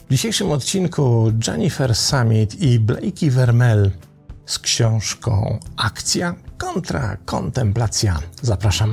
W dzisiejszym odcinku Jennifer Summit i Blakey Vermel z książką Akcja kontra kontemplacja. Zapraszam.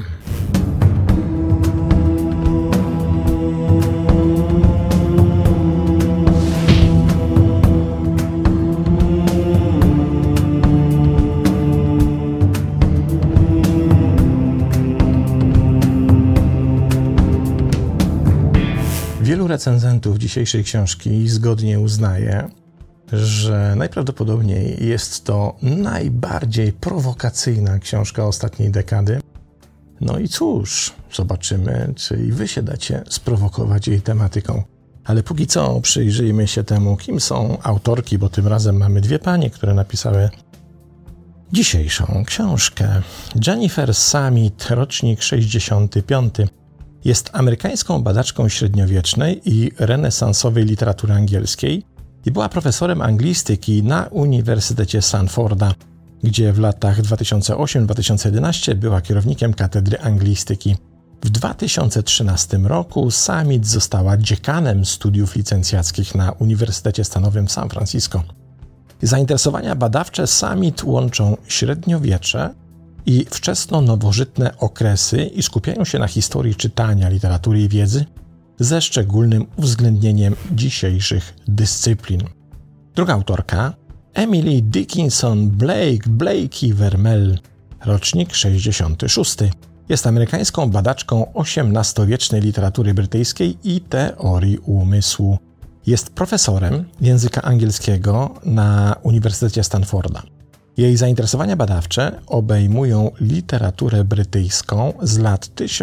Wielu recenzentów dzisiejszej książki zgodnie uznaje, że najprawdopodobniej jest to najbardziej prowokacyjna książka ostatniej dekady. No i cóż, zobaczymy, czy i wy się dacie sprowokować jej tematyką. Ale póki co przyjrzyjmy się temu, kim są autorki, bo tym razem mamy dwie panie, które napisały dzisiejszą książkę. Jennifer Summit, rocznik 65. Jest amerykańską badaczką średniowiecznej i renesansowej literatury angielskiej i była profesorem anglistyki na Uniwersytecie Stanforda, gdzie w latach 2008-2011 była kierownikiem katedry anglistyki. W 2013 roku Summit została dziekanem studiów licencjackich na Uniwersytecie Stanowym w San Francisco. Zainteresowania badawcze Summit łączą średniowiecze i wczesno-nowożytne okresy i skupiają się na historii czytania, literatury i wiedzy ze szczególnym uwzględnieniem dzisiejszych dyscyplin. Druga autorka, Emily Dickinson Blakey Vermel, rocznik 66. Jest amerykańską badaczką XVIII-wiecznej literatury brytyjskiej i teorii umysłu. Jest profesorem języka angielskiego na Uniwersytecie Stanforda. Jej zainteresowania badawcze obejmują literaturę brytyjską z lat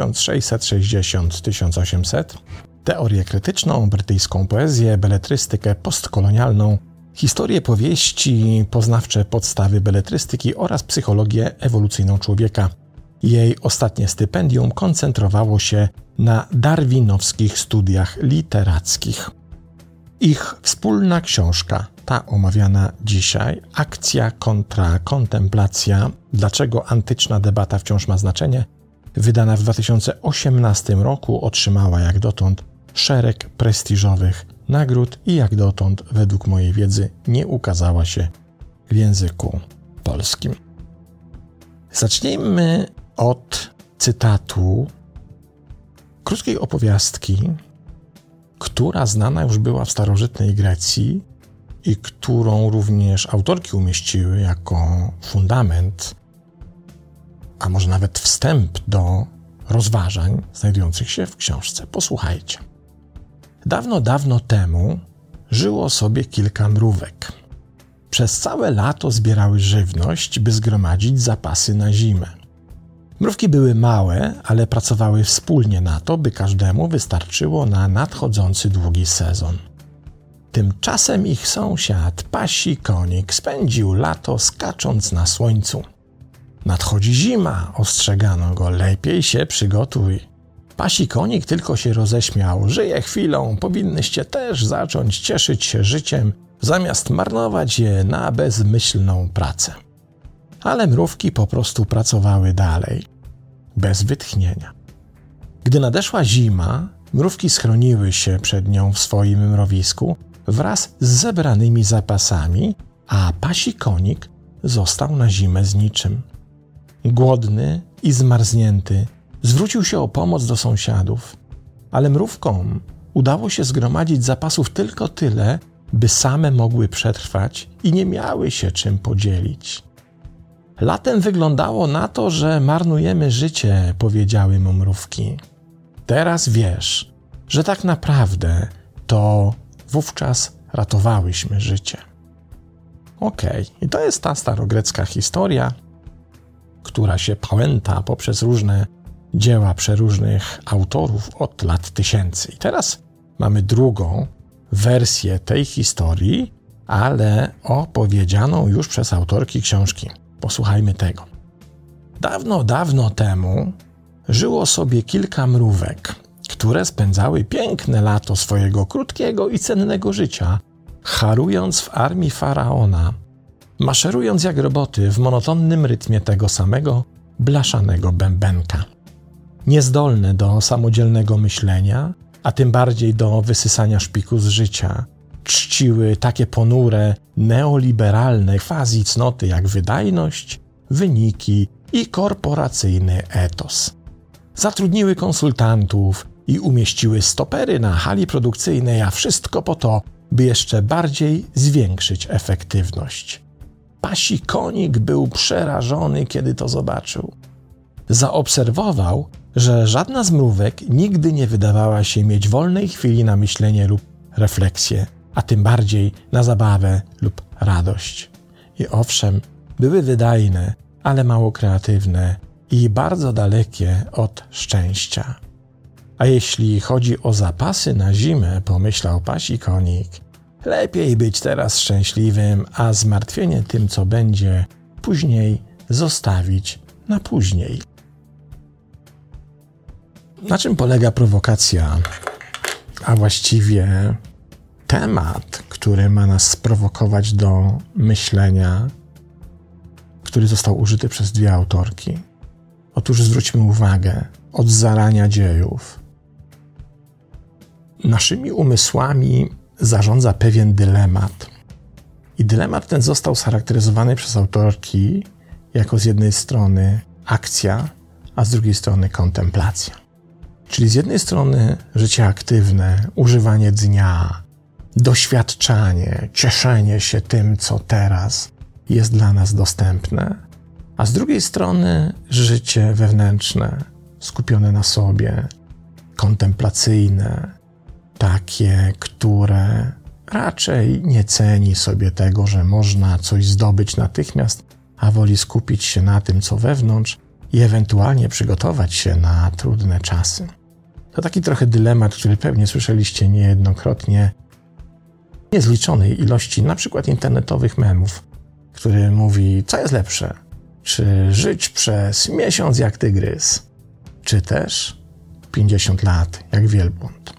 1660-1800, teorię krytyczną, brytyjską poezję, beletrystykę postkolonialną, historię powieści, poznawcze podstawy beletrystyki oraz psychologię ewolucyjną człowieka. Jej ostatnie stypendium koncentrowało się na darwinowskich studiach literackich. Ich wspólna książka, ta omawiana dzisiaj, Akcja kontra kontemplacja, dlaczego antyczna debata wciąż ma znaczenie, wydana w 2018 roku, otrzymała jak dotąd szereg prestiżowych nagród i jak dotąd, według mojej wiedzy, nie ukazała się w języku polskim. Zacznijmy od cytatu krótkiej opowiastki, która znana już była w starożytnej Grecji i którą również autorki umieściły jako fundament, a może nawet wstęp do rozważań znajdujących się w książce. Posłuchajcie. Dawno, dawno temu żyło sobie kilka mrówek. Przez całe lato zbierały żywność, by zgromadzić zapasy na zimę. Mrówki były małe, ale pracowały wspólnie na to, by każdemu wystarczyło na nadchodzący długi sezon. Tymczasem ich sąsiad, pasi konik, spędził lato skacząc na słońcu. Nadchodzi zima, ostrzegano go, lepiej się przygotuj. Pasi konik tylko się roześmiał, żyje chwilą, powinnyście też zacząć cieszyć się życiem, zamiast marnować je na bezmyślną pracę. Ale mrówki po prostu pracowały dalej, bez wytchnienia. Gdy nadeszła zima, mrówki schroniły się przed nią w swoim mrowisku wraz z zebranymi zapasami, a pasi konik został na zimę z niczym. Głodny i zmarznięty zwrócił się o pomoc do sąsiadów, ale mrówkom udało się zgromadzić zapasów tylko tyle, by same mogły przetrwać i nie miały się czym podzielić. Latem wyglądało na to, że marnujemy życie, powiedziały mu mrówki. Teraz wiesz, że tak naprawdę to wówczas ratowałyśmy życie. I to jest ta starogrecka historia, która się pałęta poprzez różne dzieła przeróżnych autorów od lat tysięcy. I teraz mamy drugą wersję tej historii, ale opowiedzianą już przez autorki książki. Posłuchajmy tego. Dawno, dawno temu żyło sobie kilka mrówek, które spędzały piękne lato swojego krótkiego i cennego życia, harując w armii faraona, maszerując jak roboty w monotonnym rytmie tego samego blaszanego bębenka. Niezdolne do samodzielnego myślenia, a tym bardziej do wysysania szpiku z życia, czciły takie ponure, neoliberalne quasi-cnoty jak wydajność, wyniki i korporacyjny etos. Zatrudniły konsultantów i umieściły stopery na hali produkcyjnej, a wszystko po to, by jeszcze bardziej zwiększyć efektywność. Pasi konik był przerażony, kiedy to zobaczył. Zaobserwował, że żadna z mrówek nigdy nie wydawała się mieć wolnej chwili na myślenie lub refleksję, a tym bardziej na zabawę lub radość. I owszem, były wydajne, ale mało kreatywne i bardzo dalekie od szczęścia. A jeśli chodzi o zapasy na zimę, pomyślał pasi konik, lepiej być teraz szczęśliwym, a zmartwienie tym, co będzie później, zostawić na później. Na czym polega prowokacja? A właściwie temat, który ma nas sprowokować do myślenia, który został użyty przez dwie autorki. Otóż zwróćmy uwagę, od zarania dziejów. Naszymi umysłami zarządza pewien dylemat. I dylemat ten został scharakteryzowany przez autorki jako z jednej strony akcja, a z drugiej strony kontemplacja. Czyli z jednej strony życie aktywne, używanie dnia, doświadczanie, cieszenie się tym, co teraz jest dla nas dostępne, a z drugiej strony życie wewnętrzne, skupione na sobie, kontemplacyjne, takie, które raczej nie ceni sobie tego, że można coś zdobyć natychmiast, a woli skupić się na tym, co wewnątrz i ewentualnie przygotować się na trudne czasy. To taki trochę dylemat, który pewnie słyszeliście niejednokrotnie, niezliczonej ilości na przykład internetowych memów, który mówi, co jest lepsze, czy żyć przez miesiąc jak tygrys, czy też 50 lat jak wielbłąd.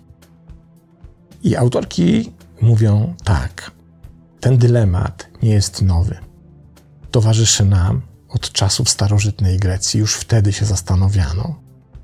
I autorki mówią tak, ten dylemat nie jest nowy. Towarzyszy nam od czasów starożytnej Grecji, już wtedy się zastanawiano,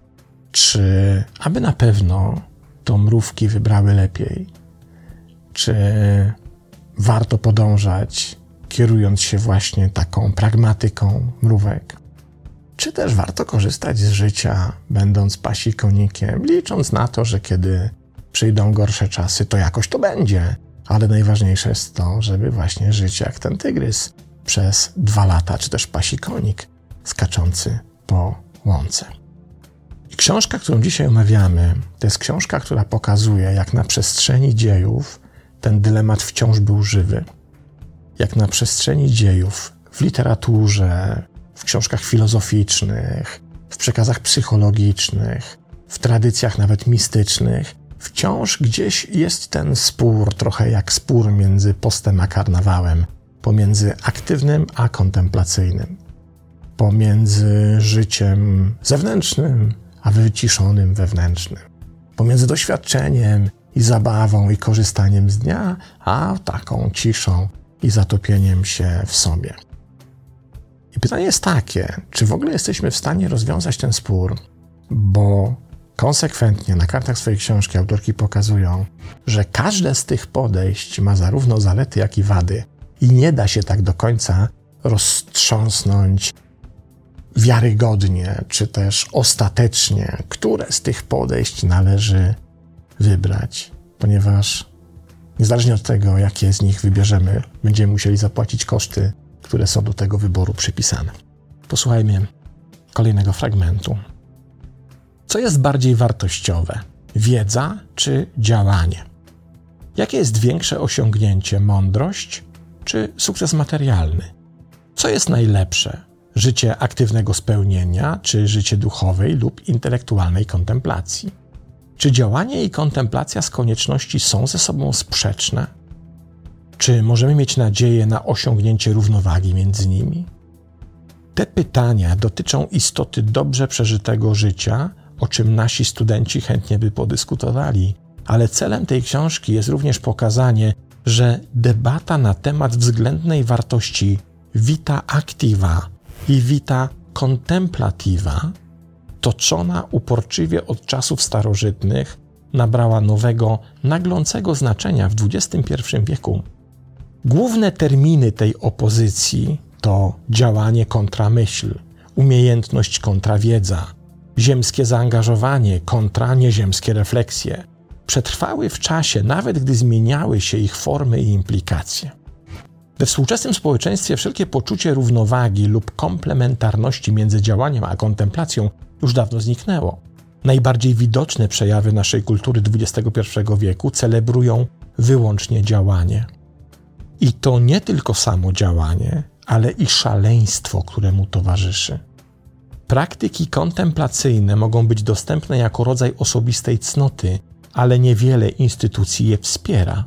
czy aby na pewno to mrówki wybrały lepiej, czy warto podążać, kierując się właśnie taką pragmatyką mrówek, czy też warto korzystać z życia, będąc pasikonikiem, licząc na to, że kiedy przyjdą gorsze czasy, to jakoś to będzie, ale najważniejsze jest to, żeby właśnie żyć jak ten tygrys przez 2 lata, czy też pasikonik skaczący po łące. I książka, którą dzisiaj omawiamy, to jest książka, która pokazuje, jak na przestrzeni dziejów ten dylemat wciąż był żywy. Jak na przestrzeni dziejów w literaturze, w książkach filozoficznych, w przekazach psychologicznych, w tradycjach nawet mistycznych, wciąż gdzieś jest ten spór, trochę jak spór między postem a karnawałem, pomiędzy aktywnym a kontemplacyjnym, pomiędzy życiem zewnętrznym a wyciszonym wewnętrznym, pomiędzy doświadczeniem i zabawą i korzystaniem z dnia, a taką ciszą i zatopieniem się w sobie. I pytanie jest takie, czy w ogóle jesteśmy w stanie rozwiązać ten spór, bo konsekwentnie na kartach swojej książki autorki pokazują, że każde z tych podejść ma zarówno zalety, jak i wady i nie da się tak do końca roztrząsnąć wiarygodnie, czy też ostatecznie, które z tych podejść należy wybrać, ponieważ niezależnie od tego, jakie z nich wybierzemy, będziemy musieli zapłacić koszty, które są do tego wyboru przypisane. Posłuchajmy kolejnego fragmentu. Co jest bardziej wartościowe? Wiedza czy działanie? Jakie jest większe osiągnięcie? Mądrość czy sukces materialny? Co jest najlepsze? Życie aktywnego spełnienia czy życie duchowej lub intelektualnej kontemplacji? Czy działanie i kontemplacja z konieczności są ze sobą sprzeczne? Czy możemy mieć nadzieję na osiągnięcie równowagi między nimi? Te pytania dotyczą istoty dobrze przeżytego życia, o czym nasi studenci chętnie by podyskutowali, ale celem tej książki jest również pokazanie, że debata na temat względnej wartości vita activa i vita contemplativa, toczona uporczywie od czasów starożytnych, nabrała nowego, naglącego znaczenia w XXI wieku. Główne terminy tej opozycji to działanie kontra myśl, umiejętność kontra wiedza, ziemskie zaangażowanie kontra nieziemskie refleksje. Przetrwały w czasie, nawet gdy zmieniały się ich formy i implikacje. We współczesnym społeczeństwie wszelkie poczucie równowagi lub komplementarności między działaniem a kontemplacją już dawno zniknęło. Najbardziej widoczne przejawy naszej kultury XXI wieku celebrują wyłącznie działanie. I to nie tylko samo działanie, ale i szaleństwo, które mu towarzyszy. Praktyki kontemplacyjne mogą być dostępne jako rodzaj osobistej cnoty, ale niewiele instytucji je wspiera.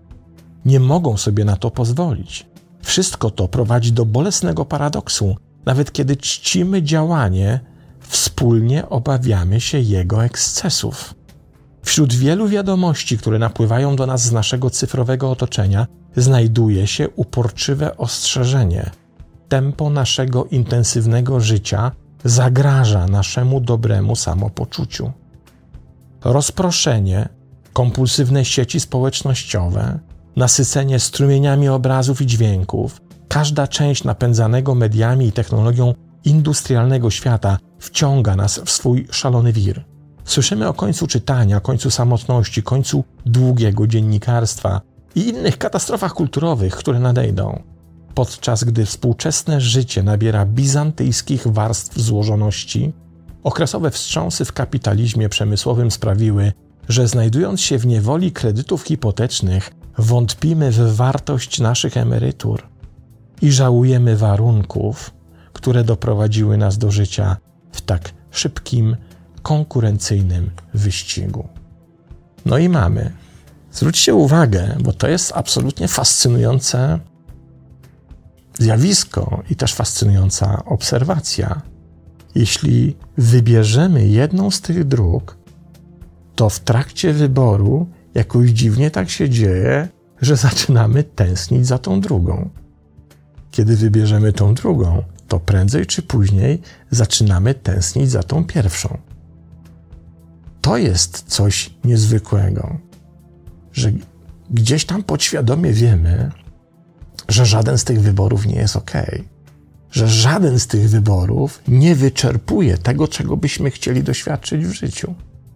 Nie mogą sobie na to pozwolić. Wszystko to prowadzi do bolesnego paradoksu. Nawet kiedy czcimy działanie, wspólnie obawiamy się jego ekscesów. Wśród wielu wiadomości, które napływają do nas z naszego cyfrowego otoczenia, znajduje się uporczywe ostrzeżenie. Tempo naszego intensywnego życia zagraża naszemu dobremu samopoczuciu. Rozproszenie, kompulsywne sieci społecznościowe, nasycenie strumieniami obrazów i dźwięków, każda część napędzanego mediami i technologią industrialnego świata wciąga nas w swój szalony wir. Słyszymy o końcu czytania, końcu samotności, końcu długiego dziennikarstwa i innych katastrofach kulturowych, które nadejdą. Podczas gdy współczesne życie nabiera bizantyjskich warstw złożoności, okresowe wstrząsy w kapitalizmie przemysłowym sprawiły, że znajdując się w niewoli kredytów hipotecznych, wątpimy w wartość naszych emerytur i żałujemy warunków, które doprowadziły nas do życia w tak szybkim, konkurencyjnym wyścigu. No i mamy. Zwróćcie uwagę, bo to jest absolutnie fascynujące zjawisko i też fascynująca obserwacja. Jeśli wybierzemy jedną z tych dróg, to w trakcie wyboru jakoś dziwnie tak się dzieje, że zaczynamy tęsknić za tą drugą. Kiedy wybierzemy tą drugą, to prędzej czy później zaczynamy tęsknić za tą pierwszą. To jest coś niezwykłego, że gdzieś tam podświadomie wiemy, że żaden z tych wyborów nie jest okej. Że żaden z tych wyborów nie wyczerpuje tego, czego byśmy chcieli doświadczyć w życiu.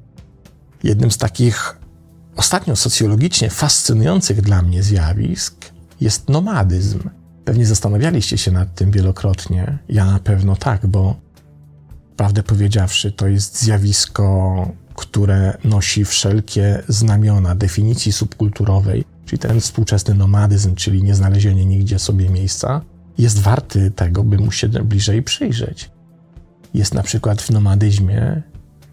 Jednym z takich ostatnio socjologicznie fascynujących dla mnie zjawisk jest nomadyzm. Pewnie zastanawialiście się nad tym wielokrotnie. Ja na pewno tak, bo prawdę powiedziawszy, to jest zjawisko, które nosi wszelkie znamiona definicji subkulturowej, czyli ten współczesny nomadyzm, czyli nieznalezienie nigdzie sobie miejsca, jest warty tego, by mu się bliżej przyjrzeć. Jest na przykład w nomadyzmie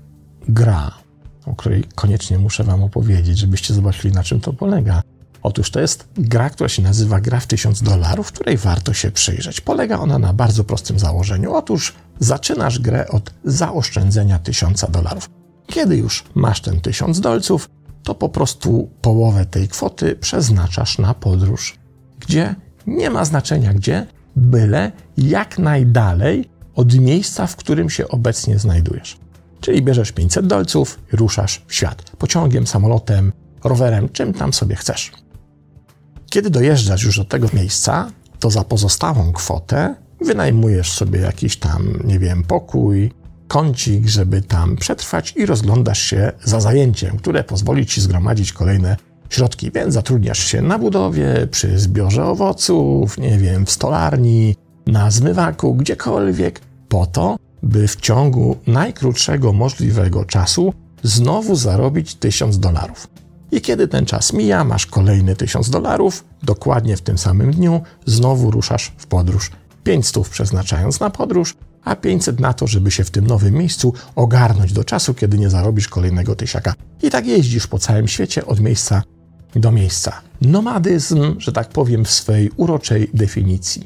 gra, o której koniecznie muszę wam opowiedzieć, żebyście zobaczyli, na czym to polega. Otóż to jest gra, która się nazywa Gra w $1000, której warto się przyjrzeć. Polega ona na bardzo prostym założeniu. Otóż zaczynasz grę od zaoszczędzenia $1000. Kiedy już masz ten $1000, to po prostu połowę tej kwoty przeznaczasz na podróż, gdzie nie ma znaczenia gdzie, byle jak najdalej od miejsca, w którym się obecnie znajdujesz. Czyli bierzesz $500, ruszasz w świat. Pociągiem, samolotem, rowerem, czym tam sobie chcesz. Kiedy dojeżdżasz już do tego miejsca, to za pozostałą kwotę wynajmujesz sobie jakiś tam, pokój, kącik, żeby tam przetrwać i rozglądasz się za zajęciem, które pozwoli ci zgromadzić kolejne środki. Więc zatrudniasz się na budowie, przy zbiorze owoców, w stolarni, na zmywaku, gdziekolwiek, po to, by w ciągu najkrótszego możliwego czasu znowu zarobić $1000. I kiedy ten czas mija, masz kolejny $1000, dokładnie w tym samym dniu znowu ruszasz w podróż. 500 przeznaczając na podróż, a 500 na to, żeby się w tym nowym miejscu ogarnąć do czasu, kiedy nie zarobisz kolejnego tysiaka. I tak jeździsz po całym świecie od miejsca do miejsca. Nomadyzm, że tak powiem, w swej uroczej definicji.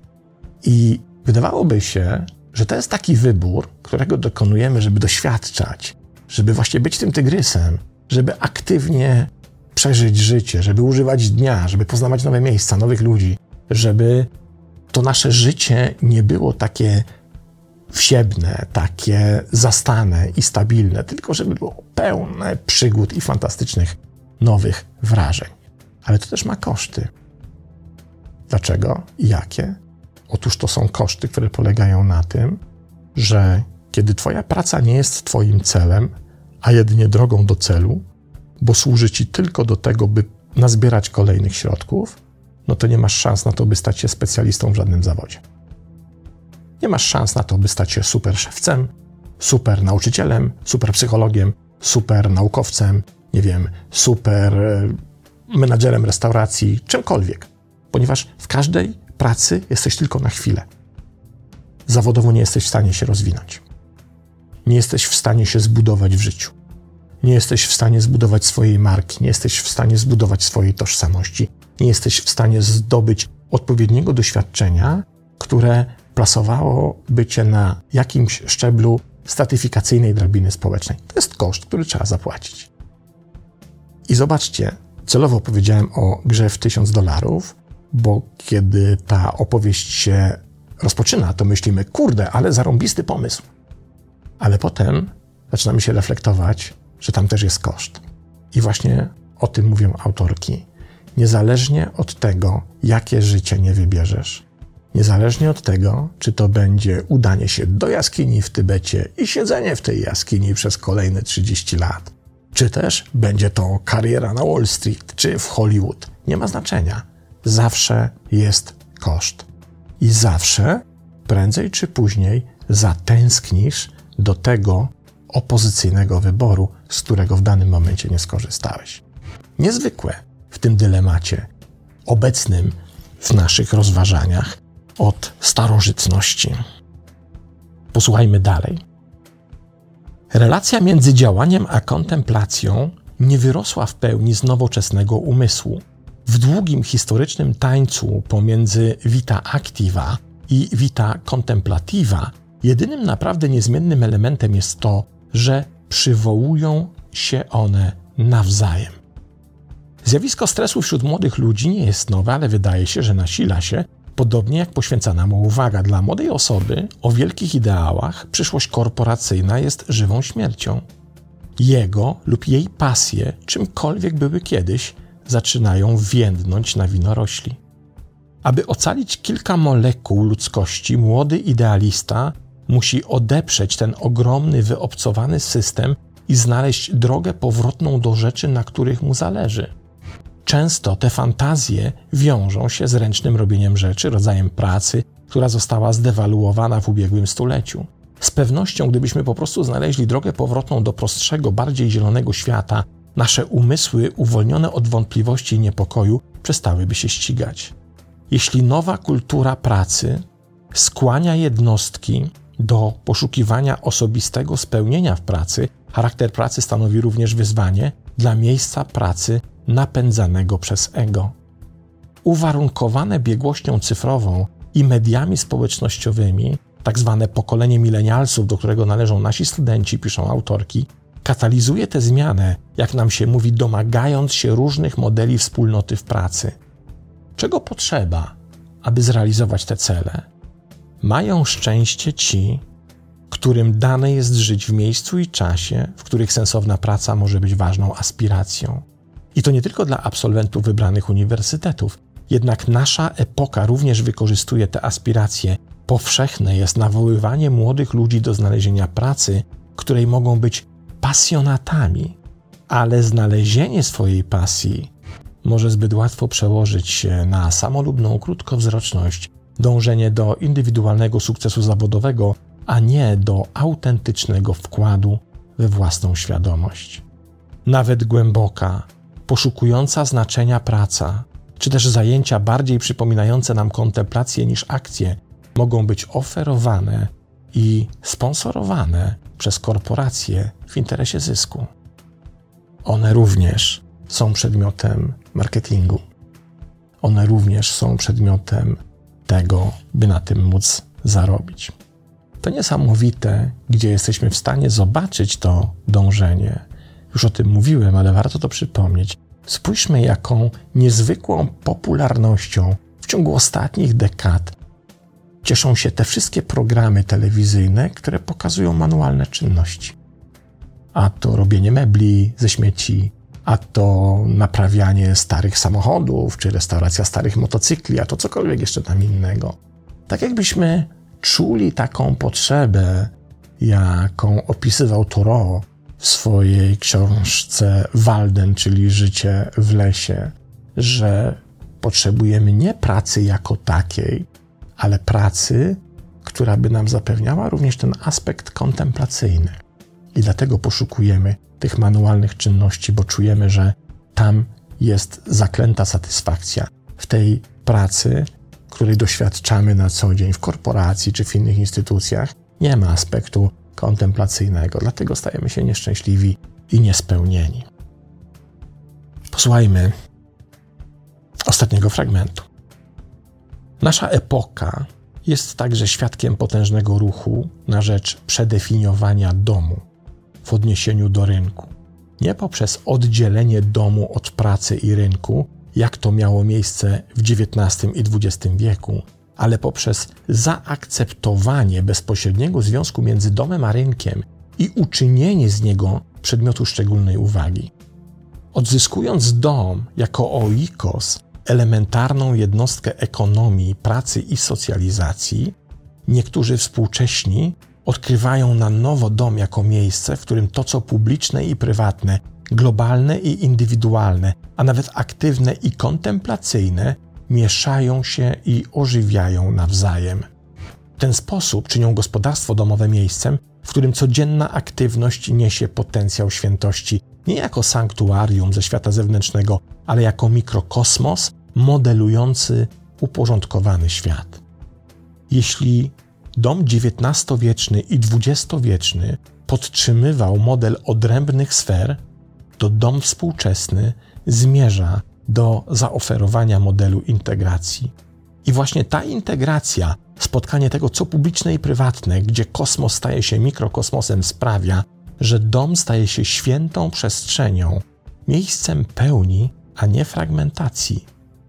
I wydawałoby się, że to jest taki wybór, którego dokonujemy, żeby doświadczać, żeby właśnie być tym tygrysem, żeby aktywnie przeżyć życie, żeby używać dnia, żeby poznawać nowe miejsca, nowych ludzi, żeby to nasze życie nie było takie wsiebne, takie zastane i stabilne, tylko żeby było pełne przygód i fantastycznych nowych wrażeń. Ale to też ma koszty. Dlaczego i jakie? Otóż to są koszty, które polegają na tym, że kiedy twoja praca nie jest twoim celem, a jedynie drogą do celu, bo służy ci tylko do tego, by nazbierać kolejnych środków, no to nie masz szans na to, by stać się specjalistą w żadnym zawodzie. Nie masz szans na to, by stać się super szewcem, super nauczycielem, super psychologiem, super naukowcem, super menadżerem restauracji, czymkolwiek. Ponieważ w każdej pracy jesteś tylko na chwilę. Zawodowo nie jesteś w stanie się rozwinąć. Nie jesteś w stanie się zbudować w życiu. Nie jesteś w stanie zbudować swojej marki, nie jesteś w stanie zbudować swojej tożsamości, nie jesteś w stanie zdobyć odpowiedniego doświadczenia, które plasowałoby cię na jakimś szczeblu stratyfikacyjnej drabiny społecznej. To jest koszt, który trzeba zapłacić. I zobaczcie, celowo powiedziałem o grze w $1000, bo kiedy ta opowieść się rozpoczyna, to myślimy, kurde, ale zarąbisty pomysł. Ale potem zaczynamy się reflektować, że tam też jest koszt. I właśnie o tym mówią autorki. Niezależnie od tego, jakie życie nie wybierzesz, niezależnie od tego, czy to będzie udanie się do jaskini w Tybecie i siedzenie w tej jaskini przez kolejne 30 lat, czy też będzie to kariera na Wall Street, czy w Hollywood, nie ma znaczenia. Zawsze jest koszt. I zawsze, prędzej czy później, zatęsknisz do tego opozycyjnego wyboru, z którego w danym momencie nie skorzystałeś. Niezwykłe w tym dylemacie obecnym w naszych rozważaniach od starożytności. Posłuchajmy dalej. Relacja między działaniem a kontemplacją nie wyrosła w pełni z nowoczesnego umysłu. W długim historycznym tańcu pomiędzy vita activa i vita contemplativa jedynym naprawdę niezmiennym elementem jest to, że przywołują się one nawzajem. Zjawisko stresu wśród młodych ludzi nie jest nowe, ale wydaje się, że nasila się, podobnie jak poświęcana mu uwaga. Dla młodej osoby o wielkich ideałach przyszłość korporacyjna jest żywą śmiercią. Jego lub jej pasje, czymkolwiek były kiedyś, zaczynają więdnąć na winorośli. Aby ocalić kilka molekuł ludzkości, młody idealista musi odeprzeć ten ogromny, wyobcowany system i znaleźć drogę powrotną do rzeczy, na których mu zależy. Często te fantazje wiążą się z ręcznym robieniem rzeczy, rodzajem pracy, która została zdewaluowana w ubiegłym stuleciu. Z pewnością, gdybyśmy po prostu znaleźli drogę powrotną do prostszego, bardziej zielonego świata, nasze umysły, uwolnione od wątpliwości i niepokoju, przestałyby się ścigać. Jeśli nowa kultura pracy skłania jednostki do poszukiwania osobistego spełnienia w pracy, charakter pracy stanowi również wyzwanie dla miejsca pracy napędzanego przez ego. Uwarunkowane biegłością cyfrową i mediami społecznościowymi, tak zwane pokolenie milenialsów, do którego należą nasi studenci, piszą autorki, katalizuje tę zmianę, jak nam się mówi, domagając się różnych modeli wspólnoty w pracy. Czego potrzeba, aby zrealizować te cele? Mają szczęście ci, którym dane jest żyć w miejscu i czasie, w których sensowna praca może być ważną aspiracją. I to nie tylko dla absolwentów wybranych uniwersytetów, jednak nasza epoka również wykorzystuje te aspiracje. Powszechne jest nawoływanie młodych ludzi do znalezienia pracy, której mogą być pasjonatami, ale znalezienie swojej pasji może zbyt łatwo przełożyć się na samolubną krótkowzroczność, dążenie do indywidualnego sukcesu zawodowego, a nie do autentycznego wkładu we własną świadomość. Nawet głęboka, poszukująca znaczenia praca, czy też zajęcia bardziej przypominające nam kontemplację niż akcję, mogą być oferowane i sponsorowane przez korporacje w interesie zysku. One również są przedmiotem marketingu. One również są przedmiotem tego, by na tym móc zarobić. To niesamowite, gdzie jesteśmy w stanie zobaczyć to dążenie. Już o tym mówiłem, ale warto to przypomnieć. Spójrzmy, jaką niezwykłą popularnością w ciągu ostatnich dekad cieszą się te wszystkie programy telewizyjne, które pokazują manualne czynności. A to robienie mebli ze śmieci, a to naprawianie starych samochodów, czy restauracja starych motocykli, a to cokolwiek jeszcze tam innego. Tak jakbyśmy czuli taką potrzebę, jaką opisywał Thoreau w swojej książce Walden, czyli Życie w lesie, że potrzebujemy nie pracy jako takiej, ale pracy, która by nam zapewniała również ten aspekt kontemplacyjny. I dlatego poszukujemy tych manualnych czynności, bo czujemy, że tam jest zaklęta satysfakcja. W tej pracy, której doświadczamy na co dzień w korporacji czy w innych instytucjach, nie ma aspektu kontemplacyjnego, dlatego stajemy się nieszczęśliwi i niespełnieni. Posłuchajmy ostatniego fragmentu. Nasza epoka jest także świadkiem potężnego ruchu na rzecz przedefiniowania domu w odniesieniu do rynku. Nie poprzez oddzielenie domu od pracy i rynku, jak to miało miejsce w XIX i XX wieku, ale poprzez zaakceptowanie bezpośredniego związku między domem a rynkiem i uczynienie z niego przedmiotu szczególnej uwagi. Odzyskując dom jako oikos, elementarną jednostkę ekonomii, pracy i socjalizacji, niektórzy współcześni odkrywają na nowo dom jako miejsce, w którym to, co publiczne i prywatne, globalne i indywidualne, a nawet aktywne i kontemplacyjne, mieszają się i ożywiają nawzajem. W ten sposób czynią gospodarstwo domowe miejscem, w którym codzienna aktywność niesie potencjał świętości, nie jako sanktuarium ze świata zewnętrznego, ale jako mikrokosmos modelujący uporządkowany świat. Jeśli dom XIX-wieczny i XX-wieczny podtrzymywał model odrębnych sfer, to dom współczesny zmierza do zaoferowania modelu integracji. I właśnie ta integracja, spotkanie tego, co publiczne i prywatne, gdzie kosmos staje się mikrokosmosem, sprawia, że dom staje się świętą przestrzenią, miejscem pełni, a nie fragmentacji.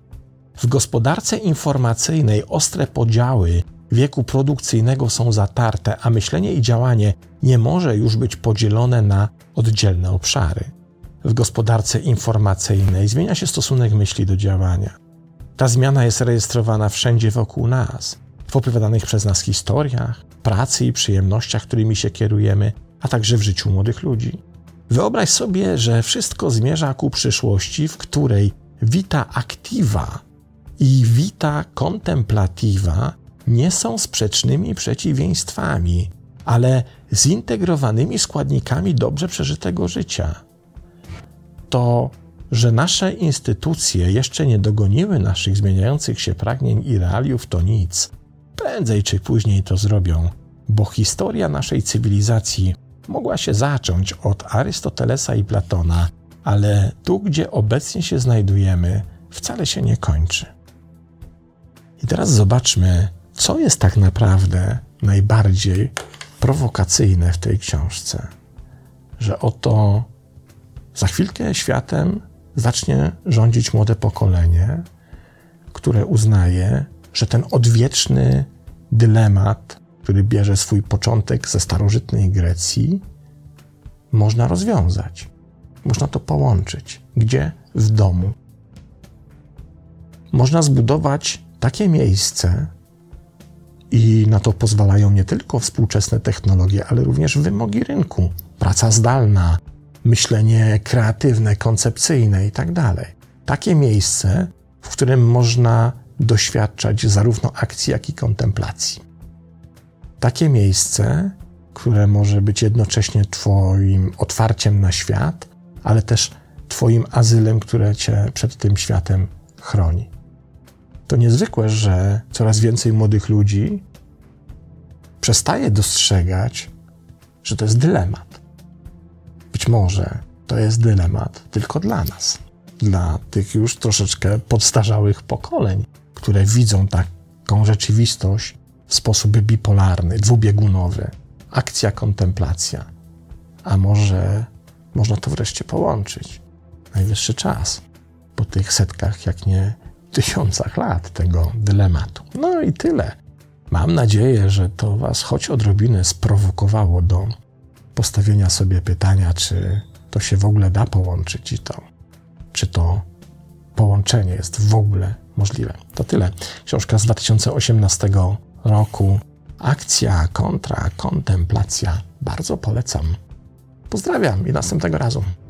W gospodarce informacyjnej ostre podziały wieku produkcyjnego są zatarte, a myślenie i działanie nie może już być podzielone na oddzielne obszary. W gospodarce informacyjnej zmienia się stosunek myśli do działania. Ta zmiana jest rejestrowana wszędzie wokół nas, w opowiadanych przez nas historiach, pracy i przyjemnościach, którymi się kierujemy, a także w życiu młodych ludzi. Wyobraź sobie, że wszystko zmierza ku przyszłości, w której vita activa i vita contemplativa nie są sprzecznymi przeciwieństwami, ale zintegrowanymi składnikami dobrze przeżytego życia. To, że nasze instytucje jeszcze nie dogoniły naszych zmieniających się pragnień i realiów, to nic. Prędzej czy później to zrobią, bo historia naszej cywilizacji mogła się zacząć od Arystotelesa i Platona, ale tu, gdzie obecnie się znajdujemy, wcale się nie kończy. I teraz zobaczmy, co jest tak naprawdę najbardziej prowokacyjne w tej książce. Że oto za chwilkę światem zacznie rządzić młode pokolenie, które uznaje, że ten odwieczny dylemat, który bierze swój początek ze starożytnej Grecji, można rozwiązać. Można to połączyć. Gdzie? W domu. Można zbudować takie miejsce, i na to pozwalają nie tylko współczesne technologie, ale również wymogi rynku, praca zdalna, myślenie kreatywne, koncepcyjne itd. Takie miejsce, w którym można doświadczać zarówno akcji, jak i kontemplacji. Takie miejsce, które może być jednocześnie Twoim otwarciem na świat, ale też Twoim azylem, które Cię przed tym światem chroni. To niezwykłe, że coraz więcej młodych ludzi przestaje dostrzegać, że to jest dylemat. Być może to jest dylemat tylko dla nas, dla tych już troszeczkę podstarzałych pokoleń, które widzą taką rzeczywistość w sposób bipolarny, dwubiegunowy. Akcja, kontemplacja. A może można to wreszcie połączyć? Najwyższy czas po tych setkach, jak nie tysiącach lat tego dylematu. No i tyle. Mam nadzieję, że to Was choć odrobinę sprowokowało do postawienia sobie pytania, czy to się w ogóle da połączyć i czy to połączenie jest w ogóle możliwe. To tyle. Książka z 2018 roku. Akcja kontra kontemplacja. Bardzo polecam. Pozdrawiam i następnego razu.